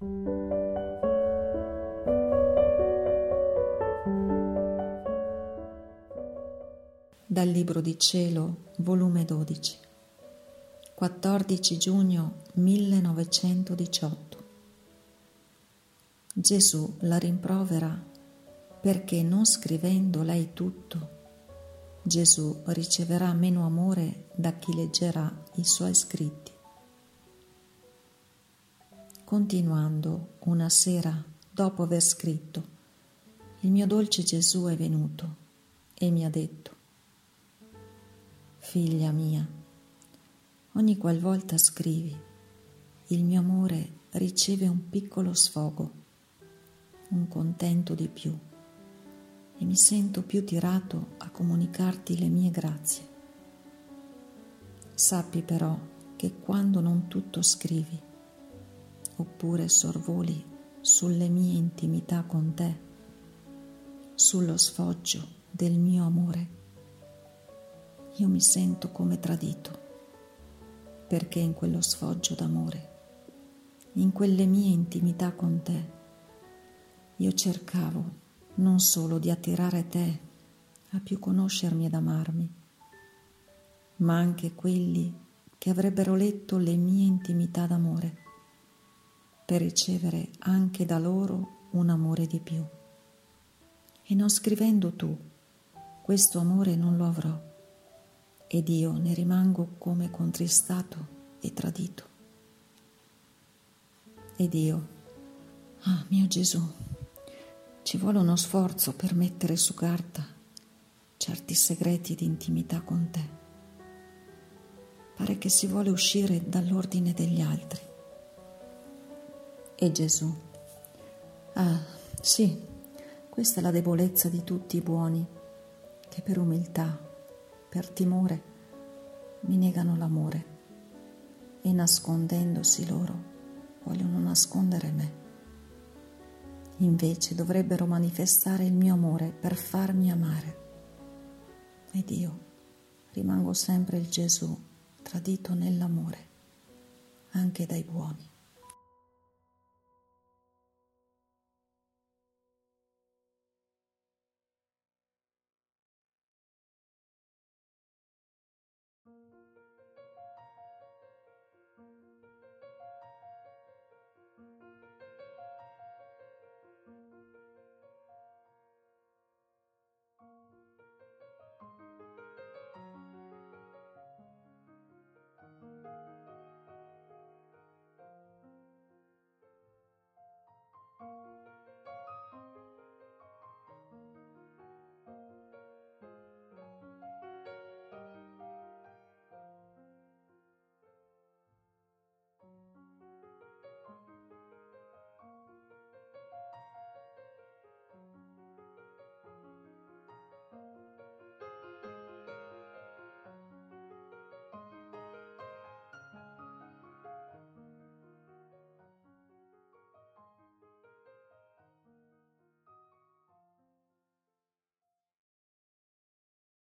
Dal Libro di Cielo, volume 12, 14 giugno 1918. Gesù la rimprovera perché, non scrivendo lei tutto, Gesù riceverà meno amore da chi leggerà i suoi scritti. Continuando, una sera, dopo aver scritto, il mio dolce Gesù è venuto e mi ha detto: figlia mia, ogni qualvolta scrivi, il mio amore riceve un piccolo sfogo, un contento di più, e mi sento più tirato a comunicarti le mie grazie. Sappi però che quando non tutto scrivi, oppure sorvoli sulle mie intimità con te, sullo sfoggio del mio amore, io mi sento come tradito, perché in quello sfoggio d'amore, in quelle mie intimità con te, io cercavo non solo di attirare te a più conoscermi ed amarmi, ma anche quelli che avrebbero letto le mie intimità d'amore, per ricevere anche da loro un amore di più. E non scrivendo tu, questo amore non lo avrò, ed io ne rimango come contristato e tradito. Ed io, mio Gesù, ci vuole uno sforzo per mettere su carta certi segreti di intimità con te. Pare che si vuole uscire dall'ordine degli altri. E Gesù, sì, questa è la debolezza di tutti i buoni, che per umiltà, per timore, mi negano l'amore e, nascondendosi loro, vogliono nascondere me. Invece dovrebbero manifestare il mio amore per farmi amare. Ed io rimango sempre il Gesù tradito nell'amore, anche dai buoni.